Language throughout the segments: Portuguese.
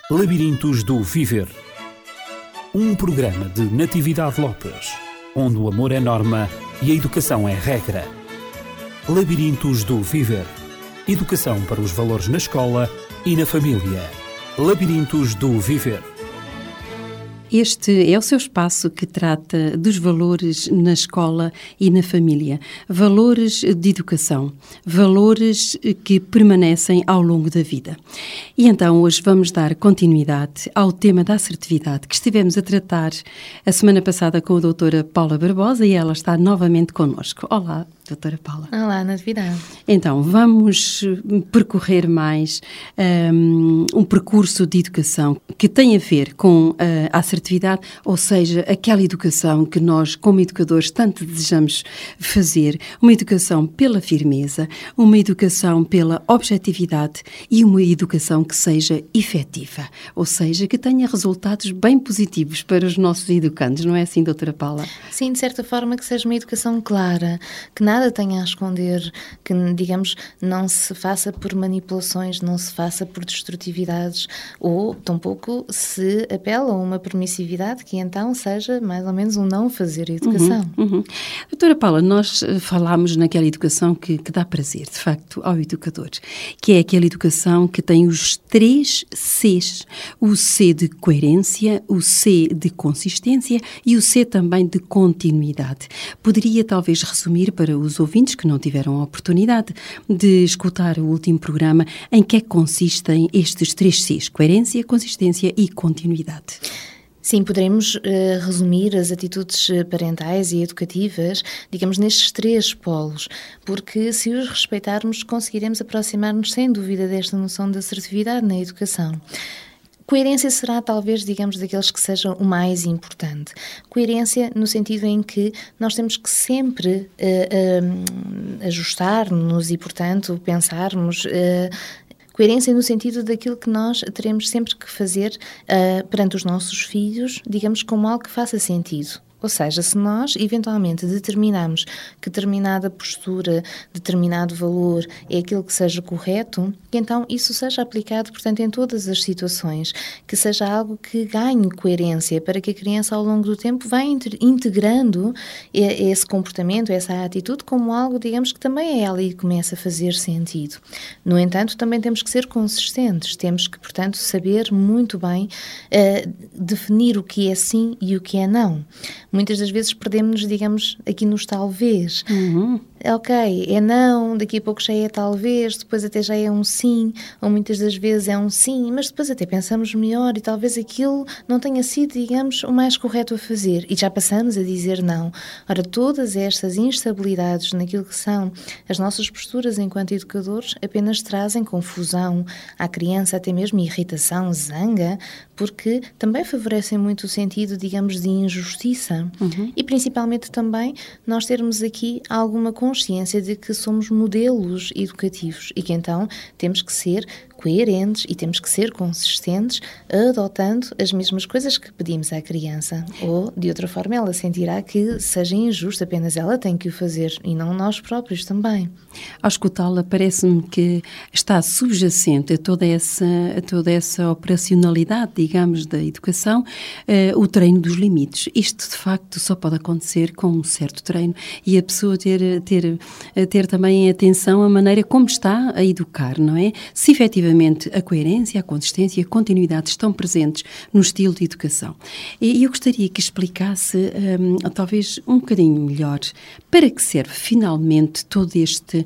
Labirintos do Viver. Um programa de Natividade Lopes, onde o amor é norma e a educação é regra. Labirintos do Viver. Educação para os valores na escola e na família. Labirintos do Viver. Este é o seu espaço que trata dos valores na escola e na família. Valores de educação, valores que permanecem ao longo da vida. E então hoje vamos dar continuidade ao tema da assertividade que estivemos a tratar a semana passada com a doutora Paula Barbosa e ela está novamente connosco. Olá, doutora Paula. Olá, Natividade. Então, vamos percorrer mais um percurso de educação que tem a ver com a assertividade, ou seja, aquela educação que nós, como educadores, tanto desejamos fazer, uma educação pela firmeza, uma educação pela objetividade e uma educação que seja efetiva, ou seja, que tenha resultados bem positivos para os nossos educandos, não é assim, doutora Paula? Sim, de certa forma que seja uma educação clara, que nada tenha a esconder, que, digamos, não se faça por manipulações, não se faça por destrutividades ou, tampouco, se apela a uma permissividade que então seja mais ou menos um não fazer a educação. Doutora Paula, nós falámos naquela educação que dá prazer, de facto, ao educador, que é aquela educação que tem os 3 Cs, o C de coerência, o C de consistência e o C também de continuidade. Poderia talvez resumir para os ouvintes que não tiveram a oportunidade de escutar o último programa em que é que consistem estes 3 Cs, coerência, consistência e continuidade. Sim, poderemos resumir as atitudes parentais e educativas, digamos, nestes 3 polos, porque se os respeitarmos, conseguiremos aproximar-nos sem dúvida desta noção de assertividade na educação. Coerência será, talvez, digamos, daqueles que sejam o mais importante. Coerência no sentido em que nós temos que sempre ajustar-nos e, portanto, pensarmos... Coerência no sentido daquilo que nós teremos sempre que fazer perante os nossos filhos, digamos, como algo que faça sentido. Ou seja, se nós eventualmente determinarmos que determinada postura, determinado valor é aquilo que seja correto, que então isso seja aplicado, portanto, em todas as situações, que seja algo que ganhe coerência para que a criança ao longo do tempo vá integrando esse comportamento, essa atitude como algo, digamos, que também é ela e começa a fazer sentido. No entanto, também temos que ser consistentes, temos que, portanto, saber muito bem definir o que é sim e o que é não. Muitas das vezes perdemos-nos, digamos, aqui nos talvez. Ok, é não, daqui a pouco já é talvez, depois até já é um sim, ou muitas das vezes é um sim, mas depois até pensamos melhor e talvez aquilo não tenha sido, digamos, o mais correto a fazer e já passamos a dizer não. Ora, todas estas instabilidades naquilo que são as nossas posturas enquanto educadores apenas trazem confusão à criança, até mesmo irritação, zanga, porque também favorecem muito o sentido, digamos, de injustiça. E principalmente também nós termos aqui alguma consciência de que somos modelos educativos e que então temos que ser coerentes e temos que ser consistentes adotando as mesmas coisas que pedimos à criança. Ou, de outra forma, ela sentirá que seja injusto, apenas ela tem que o fazer e não nós próprios também. Ao escutá-la, parece-me que está subjacente a toda essa operacionalidade, digamos, da educação, o treino dos limites. Isto, de facto, só pode acontecer com um certo treino e a pessoa ter também atenção à maneira como está a educar, não é? Se efetivamente a coerência, a consistência e a continuidade estão presentes no estilo de educação. E eu gostaria que explicasse, talvez um bocadinho melhor, para que serve finalmente todos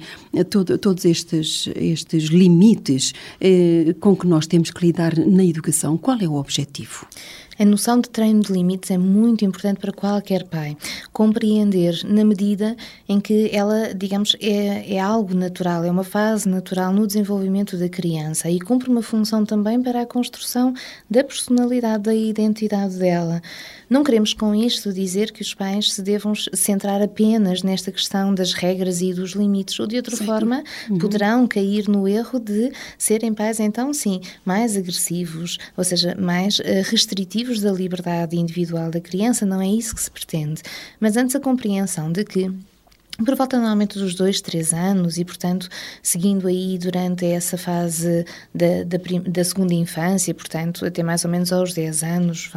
estes limites com que nós temos que lidar na educação. Qual é o objetivo? A noção de treino de limites é muito importante para qualquer pai. Compreender na medida em que ela, digamos, é algo natural, é uma fase natural no desenvolvimento da criança e cumpre uma função também para a construção da personalidade, da identidade dela. Não queremos com isto dizer que os pais se devam centrar apenas nesta questão das regras e dos limites, ou de outra forma poderão cair no erro de serem pais, então sim, mais agressivos, ou seja, mais restritivos da liberdade individual da criança. Não é isso que se pretende, mas antes a compreensão de que por volta normalmente dos 2, 3 anos e, portanto, seguindo aí durante essa fase da segunda infância, portanto, até mais ou menos aos 10 anos,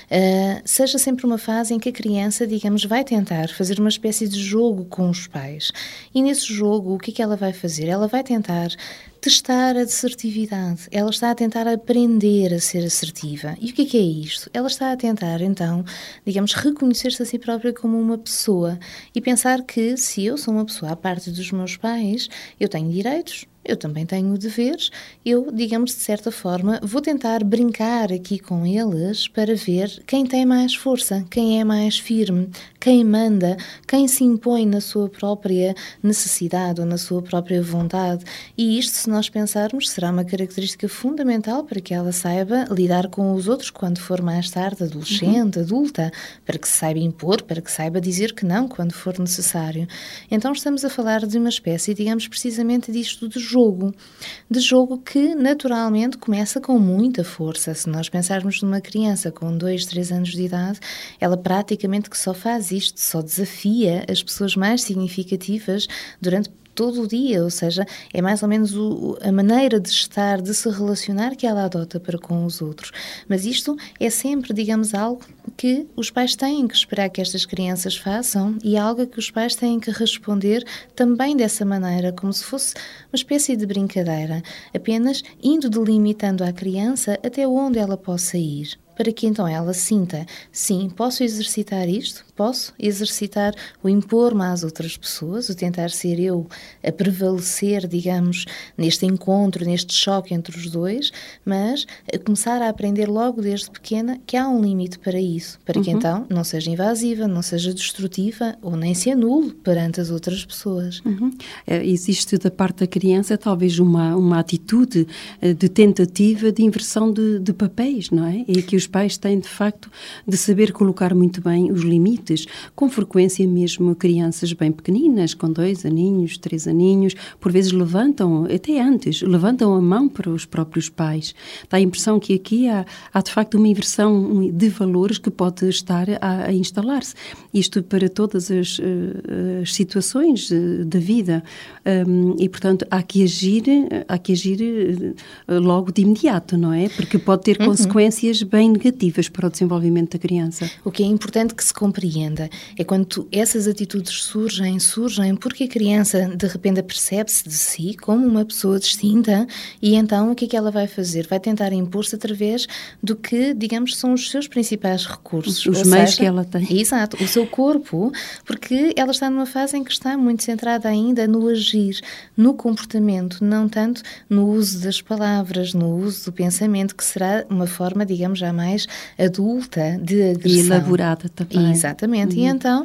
seja sempre uma fase em que a criança, digamos, vai tentar fazer uma espécie de jogo com os pais. E nesse jogo, o que é que ela vai fazer? Ela vai tentar testar a assertividade. Ela está a tentar aprender a ser assertiva. E o que é isto? Ela está a tentar, então, digamos, reconhecer-se a si própria como uma pessoa e pensar que, se eu sou uma pessoa à parte dos meus pais, eu tenho direitos, eu também tenho deveres, eu, digamos, de certa forma, vou tentar brincar aqui com eles para ver quem tem mais força, quem é mais firme, quem manda, quem se impõe na sua própria necessidade ou na sua própria vontade. E isto, se nós pensarmos, será uma característica fundamental para que ela saiba lidar com os outros quando for mais tarde adolescente, adulta, para que se saiba impor, para que saiba dizer que não quando for necessário. Então estamos a falar de uma espécie, digamos, precisamente disto de jogo que naturalmente começa com muita força. Se nós pensarmos numa criança com 2, 3 anos de idade, ela praticamente que só faz isto, só desafia as pessoas mais significativas durante todo o dia, ou seja, é mais ou menos a maneira de estar, de se relacionar que ela adota para com os outros. Mas isto é sempre, digamos, algo que os pais têm que esperar que estas crianças façam e algo que os pais têm que responder também dessa maneira, como se fosse uma espécie de brincadeira, apenas indo delimitando à criança até onde ela possa ir, para que então ela sinta, sim, posso exercitar isto, posso exercitar o impor-me às outras pessoas, o tentar ser eu a prevalecer, digamos, neste encontro, neste choque entre os dois, mas a começar a aprender logo desde pequena que há um limite para isso, para que então não seja invasiva, não seja destrutiva ou nem se anule perante as outras pessoas. Existe da parte da criança talvez uma atitude de tentativa de inversão de papéis, não é? E que os pais têm, de facto, de saber colocar muito bem os limites. Com frequência mesmo crianças bem pequeninas, com 2 aninhos, 3 aninhos, por vezes levantam, até antes, levantam a mão para os próprios pais. Dá a impressão que aqui há de facto uma inversão de valores que pode estar a instalar-se. Isto para todas as situações da vida. E, portanto, há que agir logo de imediato, não é? Porque pode ter consequências bem negativas para o desenvolvimento da criança. O que é importante que se compreenda é quando essas atitudes surgem porque a criança de repente percebe-se de si como uma pessoa distinta e então o que é que ela vai fazer? Vai tentar impor-se através do que, digamos, são os seus principais recursos. Os meios que ela tem. Exato, o seu corpo, porque ela está numa fase em que está muito centrada ainda no agir, no comportamento, não tanto no uso das palavras, no uso do pensamento, que será uma forma, digamos, já mais adulta de agressão. E elaborada também. Exatamente. E então,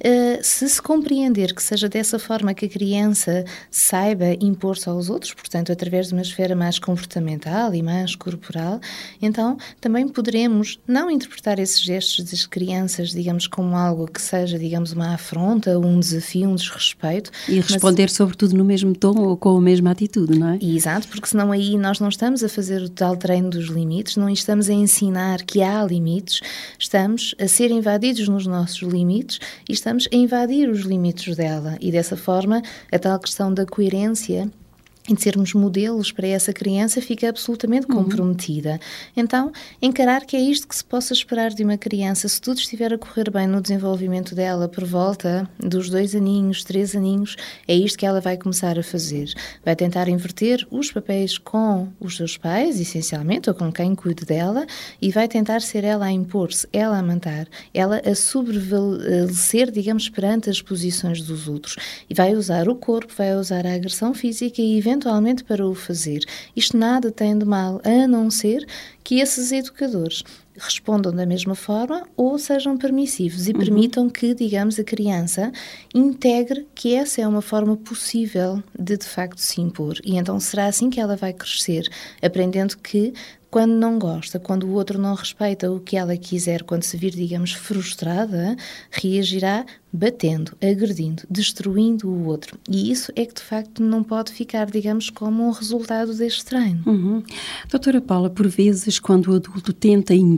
se compreender que seja dessa forma que a criança saiba impor-se aos outros, portanto, através de uma esfera mais comportamental e mais corporal, então também poderemos não interpretar esses gestos das crianças, digamos, como algo que seja, digamos, uma afronta, um desafio, um desrespeito. E responder sobretudo no mesmo tom ou com a mesma atitude, não é? Exato, porque senão aí nós não estamos a fazer o tal treino dos limites, não estamos a ensinar que há limites, estamos a ser invadidos nos nossos limites e estamos a invadir os limites dela. E dessa forma, a tal questão da coerência e de sermos modelos para essa criança fica absolutamente comprometida. Então, encarar que é isto que se possa esperar de uma criança, se tudo estiver a correr bem no desenvolvimento dela, por volta dos 2 aninhos, 3 aninhos, é isto que ela vai começar a fazer. Vai tentar inverter os papéis com os seus pais, essencialmente, ou com quem cuide dela, e vai tentar ser ela a impor-se, ela a mandar, ela a sobrevalecer, digamos, perante as posições dos outros. E vai usar o corpo, vai usar a agressão física e eventualmente para o fazer. Isto nada tem de mal, a não ser que esses educadores respondam da mesma forma ou sejam permissivos e permitam que, digamos, a criança integre que essa é uma forma possível de facto se impor. E então será assim que ela vai crescer, aprendendo que quando não gosta, quando o outro não respeita o que ela quiser, quando se vir, digamos, frustrada, reagirá batendo, agredindo, destruindo o outro. E isso é que, de facto, não pode ficar, digamos, como um resultado deste treino. Doutora Paula, por vezes, quando o adulto tenta impor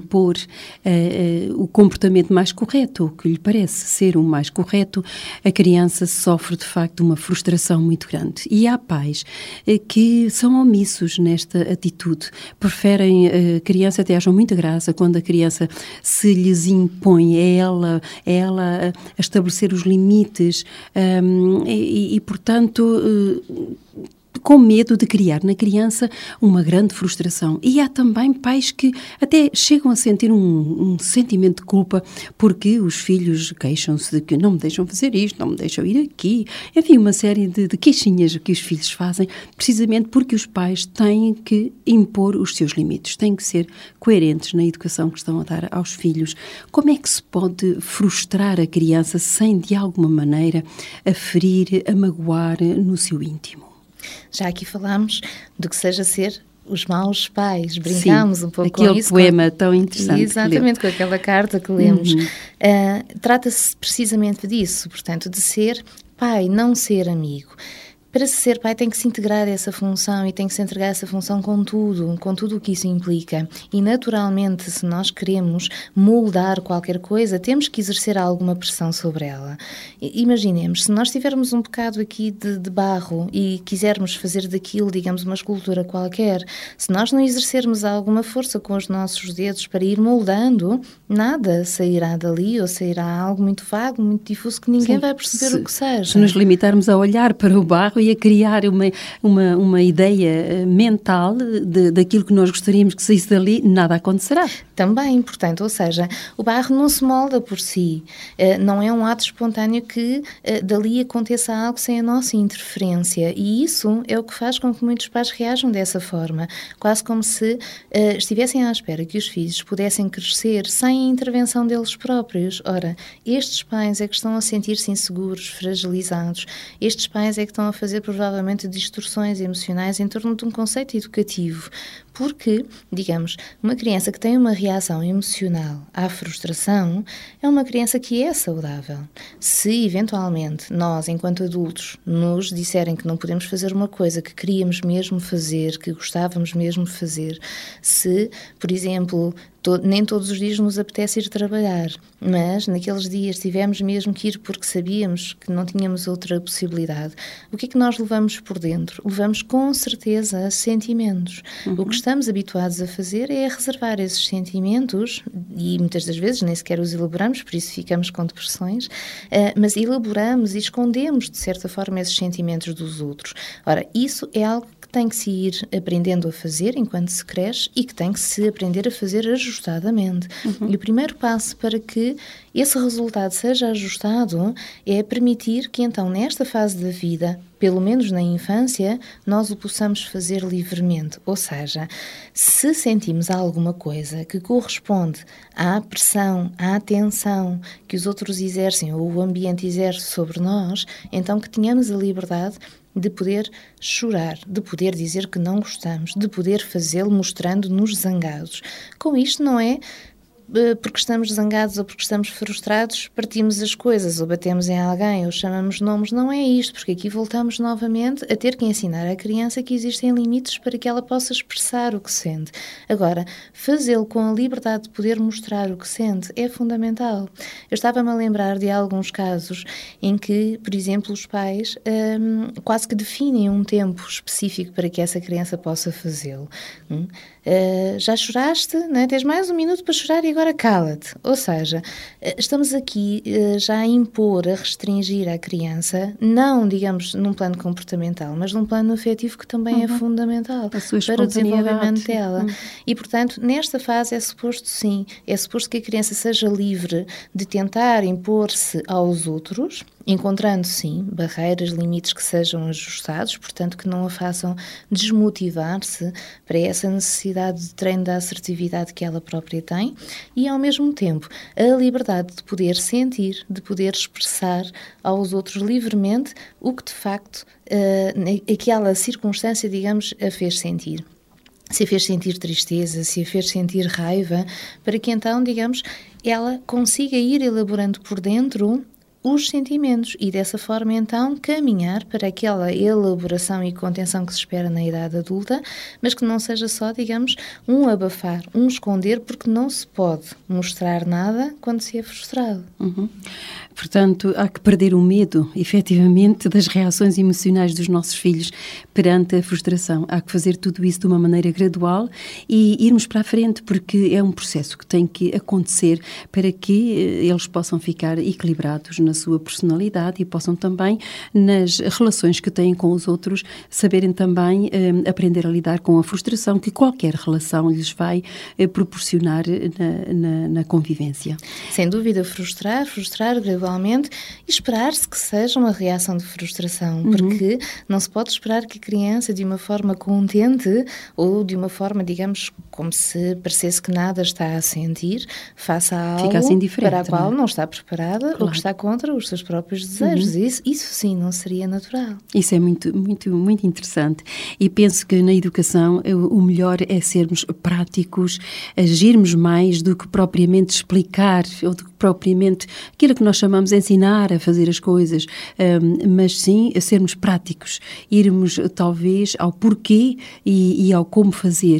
impor o comportamento mais correto, o que lhe parece ser o mais correto, a criança sofre de facto uma frustração muito grande. E há pais que são omissos nesta atitude, preferem a criança, até acham muita graça quando a criança se lhes impõe, é ela a estabelecer os limites e portanto, com medo de criar na criança uma grande frustração. E há também pais que até chegam a sentir um sentimento de culpa porque os filhos queixam-se de que não me deixam fazer isto, não me deixam ir aqui. Enfim, uma série de queixinhas que os filhos fazem, precisamente porque os pais têm que impor os seus limites, têm que ser coerentes na educação que estão a dar aos filhos. Como é que se pode frustrar a criança sem, de alguma maneira, a ferir, a magoar no seu íntimo? Já aqui falámos do que seja ser os maus pais, brincámos um pouco com isso. Aquele poema tão interessante. Exatamente, com aquela carta que lemos. Trata-se precisamente disso, portanto, de ser pai, não ser amigo. Para ser pai tem que se integrar essa função e tem que se entregar essa função com tudo o que isso implica. E naturalmente, se nós queremos moldar qualquer coisa, temos que exercer alguma pressão sobre ela. Imaginemos, se nós tivermos um bocado aqui de barro e quisermos fazer daquilo, digamos, uma escultura qualquer, se nós não exercermos alguma força com os nossos dedos para ir moldando, nada sairá dali ou sairá algo muito vago, muito difuso, que ninguém vai perceber o que seja. Se nos limitarmos a olhar para o barro e a criar uma ideia mental daquilo que nós gostaríamos que saísse dali, nada acontecerá. Também, portanto, ou seja, o barro não se molda por si, não é um ato espontâneo que dali aconteça algo sem a nossa interferência, e isso é o que faz com que muitos pais reajam dessa forma, quase como se estivessem à espera que os filhos pudessem crescer sem a intervenção deles próprios. Ora, estes pais é que estão a sentir-se inseguros, fragilizados, estes pais é que estão a fazer provavelmente distorções emocionais em torno de um conceito educativo, porque, digamos, uma criança que tem uma reação emocional à frustração é uma criança que é saudável. Se, eventualmente, nós, enquanto adultos, nos disserem que não podemos fazer uma coisa que queríamos mesmo fazer, que gostávamos mesmo de fazer, se, por exemplo, nem todos os dias nos apetece ir trabalhar, mas naqueles dias tivemos mesmo que ir porque sabíamos que não tínhamos outra possibilidade, o que é que nós levamos por dentro? Levamos com certeza sentimentos. O que estamos habituados a fazer é reservar esses sentimentos, e muitas das vezes nem sequer os elaboramos, por isso ficamos com depressões, mas elaboramos e escondemos de certa forma esses sentimentos dos outros. Ora, isso é algo que tem que se ir aprendendo a fazer enquanto se cresce e que tem que se aprender a fazer ajustadamente. E o primeiro passo para que esse resultado seja ajustado é permitir que então nesta fase da vida, pelo menos na infância, nós o possamos fazer livremente. Ou seja, se sentimos alguma coisa que corresponde à pressão, à tensão que os outros exercem ou o ambiente exerce sobre nós, então que tenhamos a liberdade de poder chorar, de poder dizer que não gostamos, de poder fazê-lo mostrando-nos zangados. Com isto não é porque estamos zangados ou porque estamos frustrados, partimos as coisas, ou batemos em alguém, ou chamamos nomes. Não é isto, porque aqui voltamos novamente a ter que ensinar à criança que existem limites para que ela possa expressar o que sente. Agora, fazê-lo com a liberdade de poder mostrar o que sente é fundamental. Eu estava-me a lembrar de alguns casos em que, por exemplo, os pais quase que definem um tempo específico para que essa criança possa fazê-lo. Já choraste, não é? Tens mais um minuto para chorar e agora cala-te. Ou seja, estamos aqui já a impor, a restringir a criança, não, digamos, num plano comportamental, mas num plano afetivo que também é fundamental para o desenvolvimento dela. E, portanto, nesta fase é suposto sim, é suposto que a criança seja livre de tentar impor-se aos outros, encontrando, sim, barreiras, limites que sejam ajustados, portanto, que não a façam desmotivar-se para essa necessidade de treino da assertividade que ela própria tem e, ao mesmo tempo, a liberdade de poder sentir, de poder expressar aos outros livremente o que, de facto, aquela circunstância, digamos, a fez sentir. Se a fez sentir tristeza, se a fez sentir raiva, para que então, digamos, ela consiga ir elaborando por dentro os sentimentos e dessa forma então caminhar para aquela elaboração e contenção que se espera na idade adulta, mas que não seja só, digamos, um abafar, um esconder, porque não se pode mostrar nada quando se é frustrado. Portanto, há que perder o medo, efetivamente, das reações emocionais dos nossos filhos perante a frustração. Há que fazer tudo isso de uma maneira gradual e irmos para a frente, porque é um processo que tem que acontecer para que eles possam ficar equilibrados na sua personalidade e possam também, nas relações que têm com os outros, saberem também aprender a lidar com a frustração que qualquer relação lhes vai proporcionar na convivência. Sem dúvida, frustrar gradualmente e esperar-se que seja uma reação de frustração, porque não se pode esperar que a criança, de uma forma contente ou de uma forma, digamos, como se parecesse que nada está a sentir, faça algo para a qual não está preparada ou que está contra os seus próprios desejos. Isso sim não seria natural. Isso é muito, muito, muito interessante. E penso que na educação o melhor é sermos práticos, agirmos mais do que propriamente explicar ou do que propriamente aquilo que nós chamamos de ensinar a fazer as coisas, mas sim a sermos práticos, irmos talvez ao porquê e ao como fazer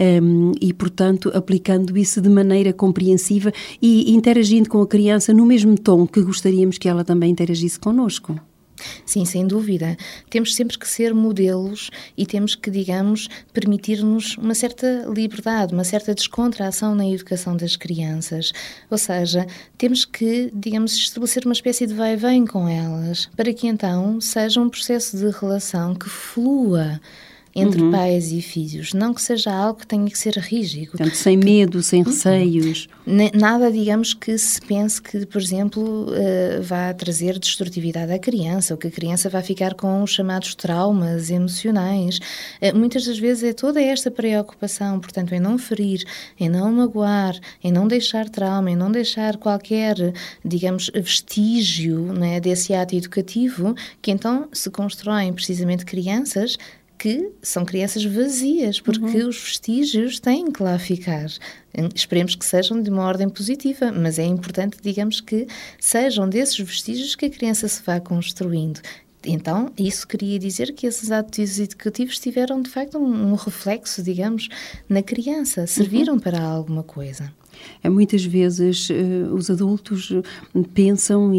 e, portanto, aplicando isso de maneira compreensiva e interagindo com a criança no mesmo tom que gostaríamos que ela também interagisse connosco. Sim, sem dúvida. Temos sempre que ser modelos e temos que, digamos, permitir-nos uma certa liberdade, uma certa descontração na educação das crianças. Ou seja, temos que, digamos, estabelecer uma espécie de vai-vem com elas, para que então seja um processo de relação que flua entre pais e filhos, não que seja algo que tenha que ser rígido. Portanto, sem medo, sem receios. Nada, digamos, que se pense que, por exemplo, vá trazer destrutividade à criança, ou que a criança vai ficar com os chamados traumas emocionais. Muitas das vezes é toda esta preocupação, portanto, em não ferir, em não magoar, em não deixar trauma, em não deixar qualquer, digamos, vestígio, não é, desse ato educativo, que então se constroem precisamente crianças que são crianças vazias, porque os vestígios têm que lá ficar. Esperemos que sejam de uma ordem positiva, mas é importante, digamos, que sejam desses vestígios que a criança se vá construindo. Então, isso queria dizer que esses atos educativos tiveram, de facto, um reflexo, digamos, na criança, serviram para alguma coisa. Muitas vezes os adultos pensam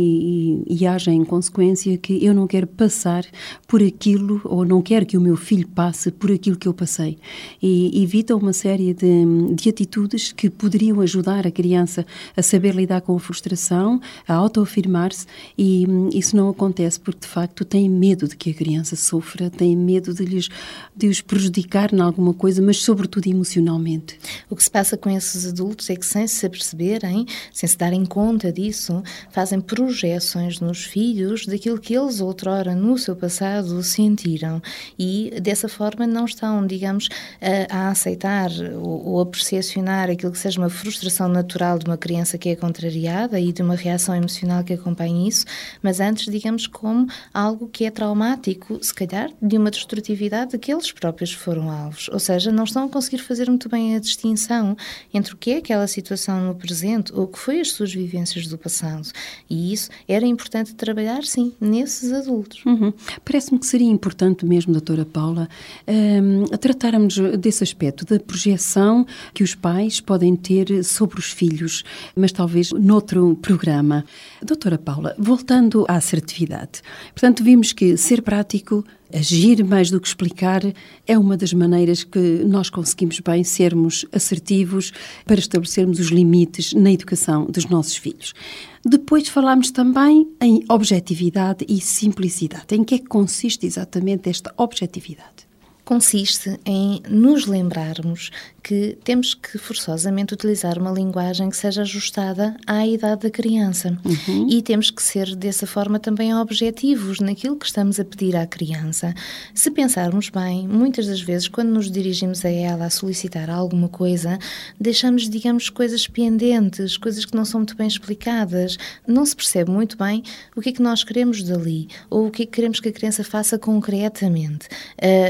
e agem em consequência que eu não quero passar por aquilo, ou não quero que o meu filho passe por aquilo que eu passei. E evitam uma série de atitudes que poderiam ajudar a criança a saber lidar com a frustração, a autoafirmar-se, e isso não acontece porque, de facto, têm medo de que a criança sofra, têm medo de os prejudicar em alguma coisa, mas sobretudo emocionalmente. O que se passa com esses adultos é que, sem se aperceberem, sem se darem conta disso, fazem projeções nos filhos daquilo que eles outrora no seu passado sentiram e dessa forma não estão, digamos, a aceitar ou a percepcionar aquilo que seja uma frustração natural de uma criança que é contrariada e de uma reação emocional que acompanha isso, mas antes, digamos, como algo que é traumático, se calhar, de uma destrutividade de que eles próprios foram alvos. Ou seja, não estão a conseguir fazer muito bem a distinção entre o que é aquela situação no presente ou o que foi as suas vivências do passado. E isso era importante trabalhar, sim, nesses adultos. Parece-me que seria importante mesmo, doutora Paula, tratarmos desse aspecto da projeção que os pais podem ter sobre os filhos, mas talvez noutro programa. Doutora Paula, voltando à assertividade, portanto vimos que ser prático, agir mais do que explicar é uma das maneiras que nós conseguimos bem sermos assertivos para estabelecermos os limites na educação dos nossos filhos. Depois falámos também em objetividade e simplicidade. Em que é que consiste exatamente esta objetividade? Consiste em nos lembrarmos que temos que forçosamente utilizar uma linguagem que seja ajustada à idade da criança. E temos que ser dessa forma também objetivos naquilo que estamos a pedir à criança. Se pensarmos bem, muitas das vezes quando nos dirigimos a ela a solicitar alguma coisa, deixamos, digamos, coisas pendentes, coisas que não são muito bem explicadas. Não se percebe muito bem o que é que nós queremos dali ou o que é que queremos que a criança faça concretamente.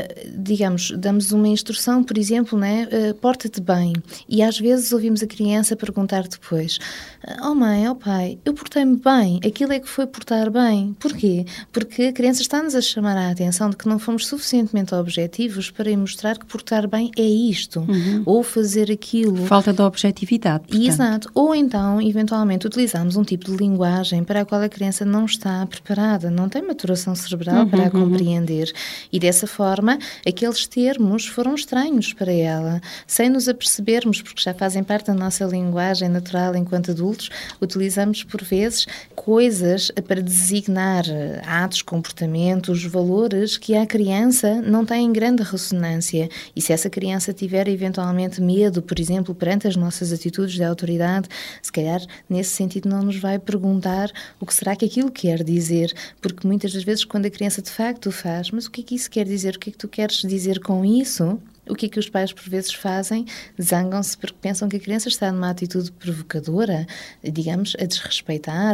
digamos, damos uma instrução, por exemplo, né, porta-te bem, e às vezes ouvimos a criança perguntar depois: oh mãe, oh pai, eu portei-me bem, aquilo é que foi portar bem. Porquê? Porque a criança está-nos a chamar a atenção de que não fomos suficientemente objetivos para lhe mostrar que portar bem é isto, ou fazer aquilo. Falta de objetividade, portanto. Exato. Ou então, eventualmente, utilizamos um tipo de linguagem para a qual a criança não está preparada, não tem maturação cerebral para a compreender. E dessa forma, aqueles termos foram estranhos para ela, sem nos apercebermos, porque já fazem parte da nossa linguagem natural enquanto adultos. Utilizamos, por vezes, coisas para designar atos, comportamentos, valores que a criança não tem grande ressonância. E se essa criança tiver, eventualmente, medo, por exemplo, perante as nossas atitudes de autoridade, se calhar, nesse sentido, não nos vai perguntar o que será que aquilo quer dizer, porque muitas das vezes, quando a criança de facto o faz, mas o que é que isso quer dizer? O que é que tu queres dizer com isso? O que é que os pais, por vezes, fazem? Zangam-se porque pensam que a criança está numa atitude provocadora, digamos, a desrespeitar,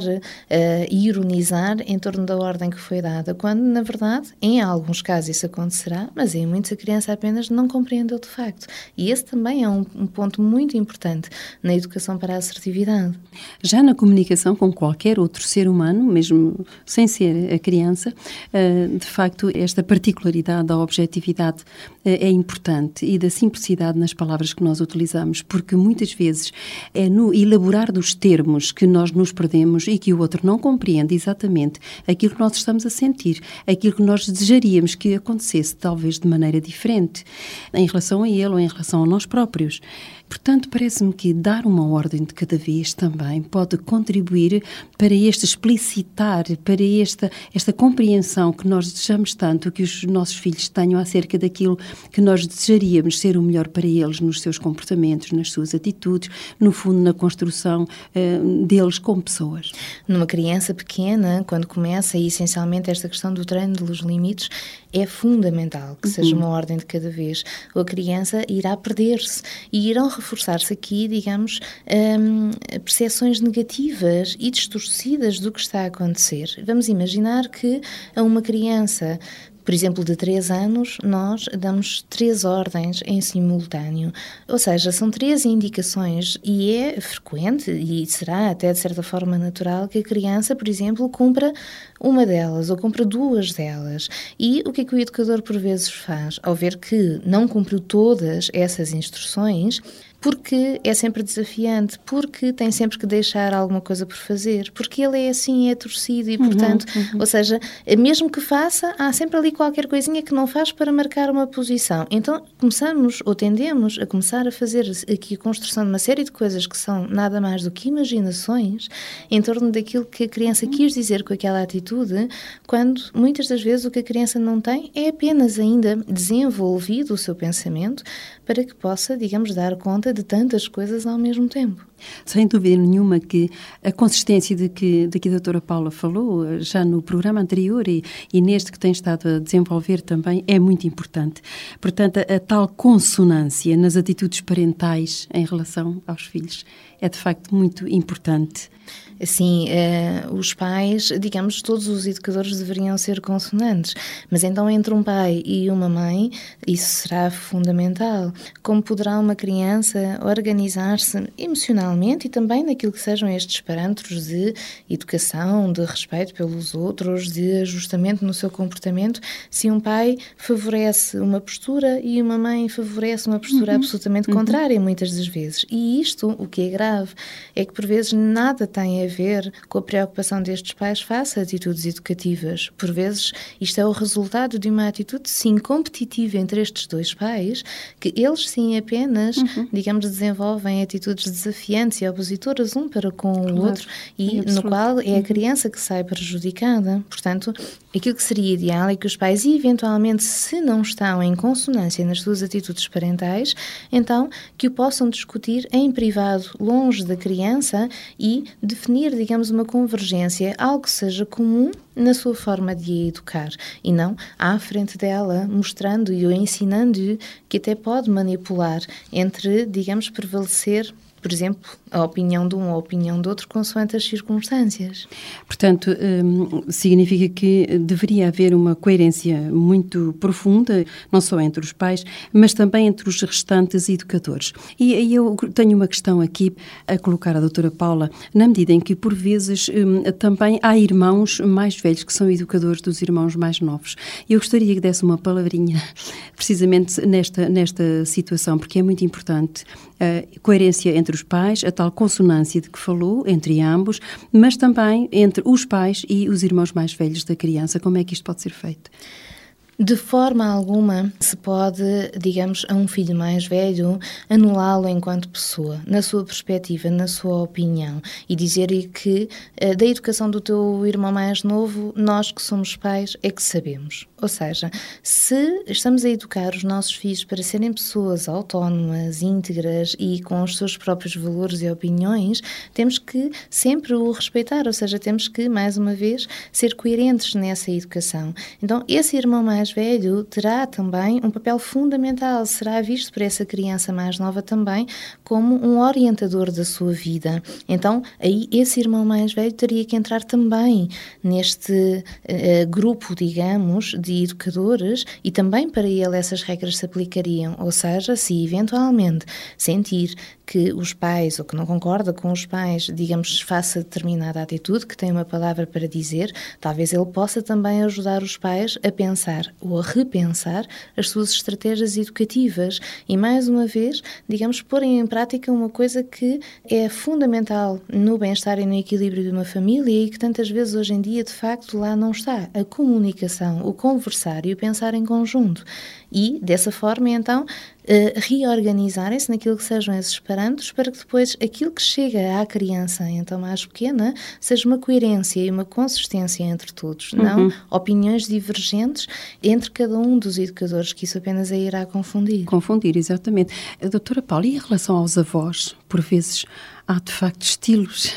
a ironizar em torno da ordem que foi dada, quando, na verdade, em alguns casos isso acontecerá, mas em muitos a criança apenas não compreendeu de facto. E esse também é um ponto muito importante na educação para a assertividade. Já na comunicação com qualquer outro ser humano, mesmo sem ser a criança, de facto, esta particularidade da objetividade é importante, e da simplicidade nas palavras que nós utilizamos, porque muitas vezes é no elaborar dos termos que nós nos perdemos e que o outro não compreende exatamente aquilo que nós estamos a sentir, aquilo que nós desejaríamos que acontecesse, talvez de maneira diferente, em relação a ele ou em relação a nós próprios. Portanto, parece-me que dar uma ordem de cada vez também pode contribuir para este explicitar, para esta compreensão que nós desejamos tanto que os nossos filhos tenham acerca daquilo que nós desejaríamos ser o melhor para eles nos seus comportamentos, nas suas atitudes, no fundo, na construção deles como pessoas. Numa criança pequena, quando começa, e essencialmente esta questão do treino dos limites, é fundamental que seja uma ordem de cada vez, ou a criança irá perder-se e irão reforçar-se aqui, digamos, percepções negativas e distorcidas do que está a acontecer. Vamos imaginar que a uma criança, por exemplo, de 3 anos, nós damos 3 ordens em simultâneo. Ou seja, são 3 indicações e é frequente, e será até de certa forma natural, que a criança, por exemplo, cumpra uma delas ou cumpra 2 delas. E o que é que o educador por vezes faz? Ao ver que não cumpriu todas essas instruções, porque é sempre desafiante, porque tem sempre que deixar alguma coisa por fazer, porque ele é assim, é torcido e, portanto, ou seja, mesmo que faça, há sempre ali qualquer coisinha que não faz para marcar uma posição. Então, começamos, ou tendemos a começar a fazer aqui a construção de uma série de coisas que são nada mais do que imaginações em torno daquilo que a criança quis dizer com aquela atitude, quando muitas das vezes o que a criança não tem é apenas ainda desenvolvido o seu pensamento para que possa, digamos, dar conta de tantas coisas ao mesmo tempo. Sem dúvida nenhuma que a consistência de que a doutora Paula falou já no programa anterior e neste que tem estado a desenvolver também é muito importante. Portanto, a tal consonância nas atitudes parentais em relação aos filhos é de facto muito importante. Sim, os pais, digamos, todos os educadores deveriam ser consonantes, mas então entre um pai e uma mãe, isso será fundamental. Como poderá uma criança organizar-se emocionalmente e também naquilo que sejam estes parâmetros de educação, de respeito pelos outros, de ajustamento no seu comportamento, se um pai favorece uma postura e uma mãe favorece uma postura absolutamente contrária, muitas das vezes. E isto, o que é grave, é que por vezes nada tem a ver com a preocupação destes pais face a atitudes educativas. Por vezes, isto é o resultado de uma atitude, sim, competitiva entre estes 2 pais, que eles, sim, apenas, digamos, desenvolvem atitudes desafiantes e opositoras um para com o outro e no qual é a criança que sai prejudicada. Portanto, aquilo que seria ideal é que os pais, eventualmente, se não estão em consonância nas suas atitudes parentais, então, que o possam discutir em privado, longe da criança e definir, digamos, uma convergência, algo que seja comum na sua forma de a educar e não à frente dela, mostrando-lhe ou ensinando-lhe que até pode manipular entre, digamos, prevalecer por exemplo, a opinião de um ou a opinião do outro consoante as circunstâncias. Portanto, significa que deveria haver uma coerência muito profunda, não só entre os pais, mas também entre os restantes educadores. E eu tenho uma questão aqui a colocar à doutora Paula, na medida em que, por vezes, também há irmãos mais velhos que são educadores dos irmãos mais novos. Eu gostaria que desse uma palavrinha precisamente nesta situação, porque é muito importante a coerência entre os pais, a tal consonância de que falou, entre ambos, mas também entre os pais e os irmãos mais velhos da criança. Como é que isto pode ser feito? De forma alguma se pode, digamos, a um filho mais velho, anulá-lo enquanto pessoa, na sua perspectiva, na sua opinião, e dizer-lhe que da educação do teu irmão mais novo, nós que somos pais é que sabemos. Ou seja, se estamos a educar os nossos filhos para serem pessoas autónomas, íntegras e com os seus próprios valores e opiniões, temos que sempre o respeitar, ou seja, temos que, mais uma vez, ser coerentes nessa educação. Então, esse irmão mais velho terá também um papel fundamental, será visto por essa criança mais nova também como um orientador da sua vida. Então, aí esse irmão mais velho teria que entrar também neste grupo, digamos, de educadores, e também para ele essas regras se aplicariam. Ou seja, se eventualmente sentir que os pais, ou que não concorda com os pais, digamos, faça determinada atitude, que tem uma palavra para dizer, talvez ele possa também ajudar os pais a pensar ou a repensar as suas estratégias educativas e, mais uma vez, digamos, porem em prática uma coisa que é fundamental no bem-estar e no equilíbrio de uma família e que tantas vezes hoje em dia, de facto, lá não está. A comunicação, o conversar e o pensar em conjunto. E, dessa forma, então, reorganizarem-se naquilo que sejam esses parâmetros para que depois aquilo que chega à criança, então mais pequena, seja uma coerência e uma consistência entre todos, não opiniões divergentes entre cada um dos educadores, que isso apenas a irá confundir. Confundir, exatamente. Doutora Paula, e em relação aos avós, por vezes há de facto estilos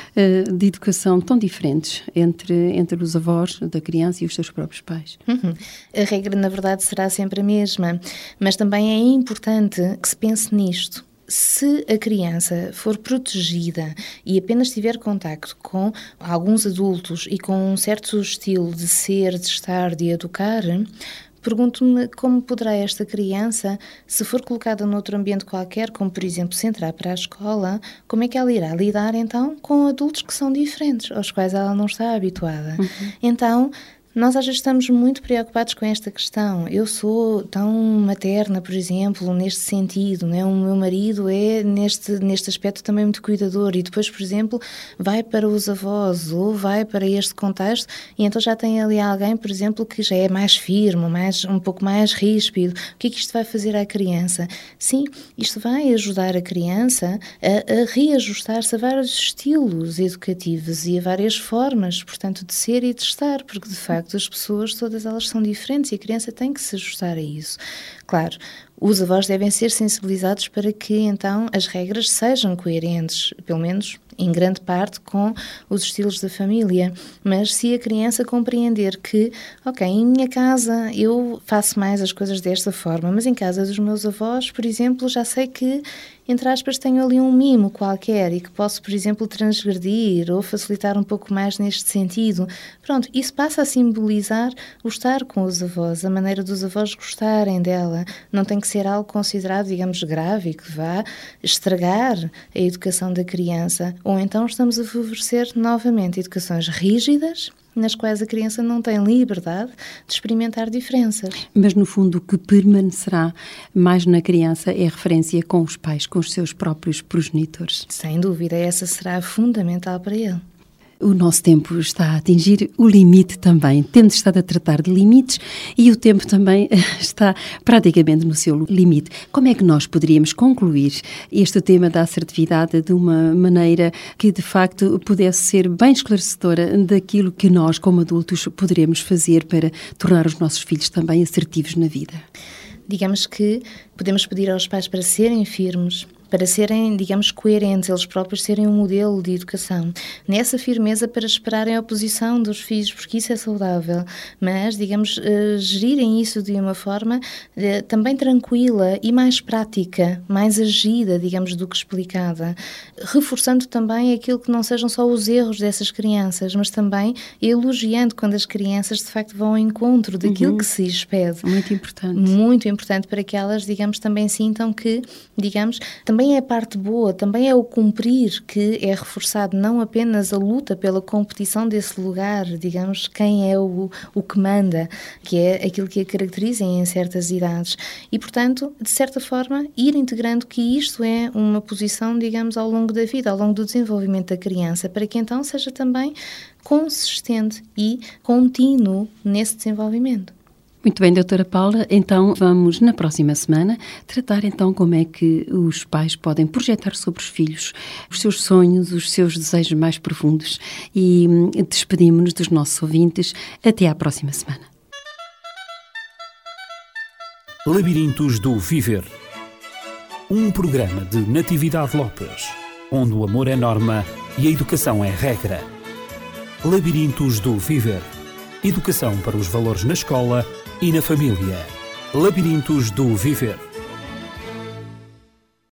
de educação tão diferentes entre os avós da criança e os seus próprios pais. A regra, na verdade, será sempre a mesma, mas também é importante que se pense nisto. Se a criança for protegida e apenas tiver contacto com alguns adultos e com um certo estilo de ser, de estar, de educar, pergunto-me como poderá esta criança, se for colocada noutro ambiente qualquer, como por exemplo se entrar para a escola, como é que ela irá lidar então com adultos que são diferentes, aos quais ela não está habituada. Então, nós às vezes estamos muito preocupados com esta questão. Eu sou tão materna, por exemplo, neste sentido, né? O meu marido é neste aspecto também muito cuidador e depois, por exemplo, vai para os avós ou vai para este contexto e então já tem ali alguém, por exemplo, que já é mais firme, um pouco mais ríspido. O que é que isto vai fazer à criança? Sim, isto vai ajudar a criança a reajustar-se a vários estilos educativos e a várias formas, portanto, de ser e de estar, porque de facto as pessoas, todas elas são diferentes e a criança tem que se ajustar a isso. Claro, os avós devem ser sensibilizados para que, então, as regras sejam coerentes, pelo menos em grande parte, com os estilos da família. Mas se a criança compreender que, ok, em minha casa eu faço mais as coisas desta forma, mas em casa dos meus avós, por exemplo, já sei que, entre aspas, tenho ali um mimo qualquer e que posso, por exemplo, transgredir ou facilitar um pouco mais neste sentido. Pronto, isso passa a simbolizar o estar com os avós, a maneira dos avós gostarem dela. Não tem que ser algo considerado, digamos, grave e que vá estragar a educação da criança. Ou então estamos a favorecer novamente educações rígidas, nas quais a criança não tem liberdade de experimentar diferenças. Mas, no fundo, o que permanecerá mais na criança é a referência com os pais, com os seus próprios progenitores. Sem dúvida, essa será fundamental para ele. O nosso tempo está a atingir o limite também. Temos estado a tratar de limites e o tempo também está praticamente no seu limite. Como é que nós poderíamos concluir este tema da assertividade de uma maneira que, de facto, pudesse ser bem esclarecedora daquilo que nós, como adultos, poderemos fazer para tornar os nossos filhos também assertivos na vida? Digamos que podemos pedir aos pais para serem firmes, para serem, digamos, coerentes, eles próprios serem um modelo de educação. Nessa firmeza para esperarem a oposição dos filhos, porque isso é saudável, mas, digamos, gerirem isso de uma forma também tranquila e mais prática, mais agida, digamos, do que explicada, reforçando também aquilo que não sejam só os erros dessas crianças, mas também elogiando quando as crianças de facto vão ao encontro daquilo que se lhes pede. Muito importante. Muito importante para que elas, digamos, também sintam que, digamos, também é a parte boa, também é o cumprir que é reforçado, não apenas a luta pela competição desse lugar, digamos, quem é o que manda, que é aquilo que a caracteriza em certas idades. E, portanto, de certa forma, ir integrando que isto é uma posição, digamos, ao longo da vida, ao longo do desenvolvimento da criança, para que então seja também consistente e contínuo nesse desenvolvimento. Muito bem, doutora Paula, então vamos na próxima semana tratar então como é que os pais podem projetar sobre os filhos os seus sonhos, os seus desejos mais profundos e despedimos-nos dos nossos ouvintes. Até à próxima semana. Labirintos do Viver. Um programa de Natividade Lopes, onde o amor é norma e a educação é regra. Labirintos do Viver. Educação para os valores na escola e na família. Labirintos do Viver.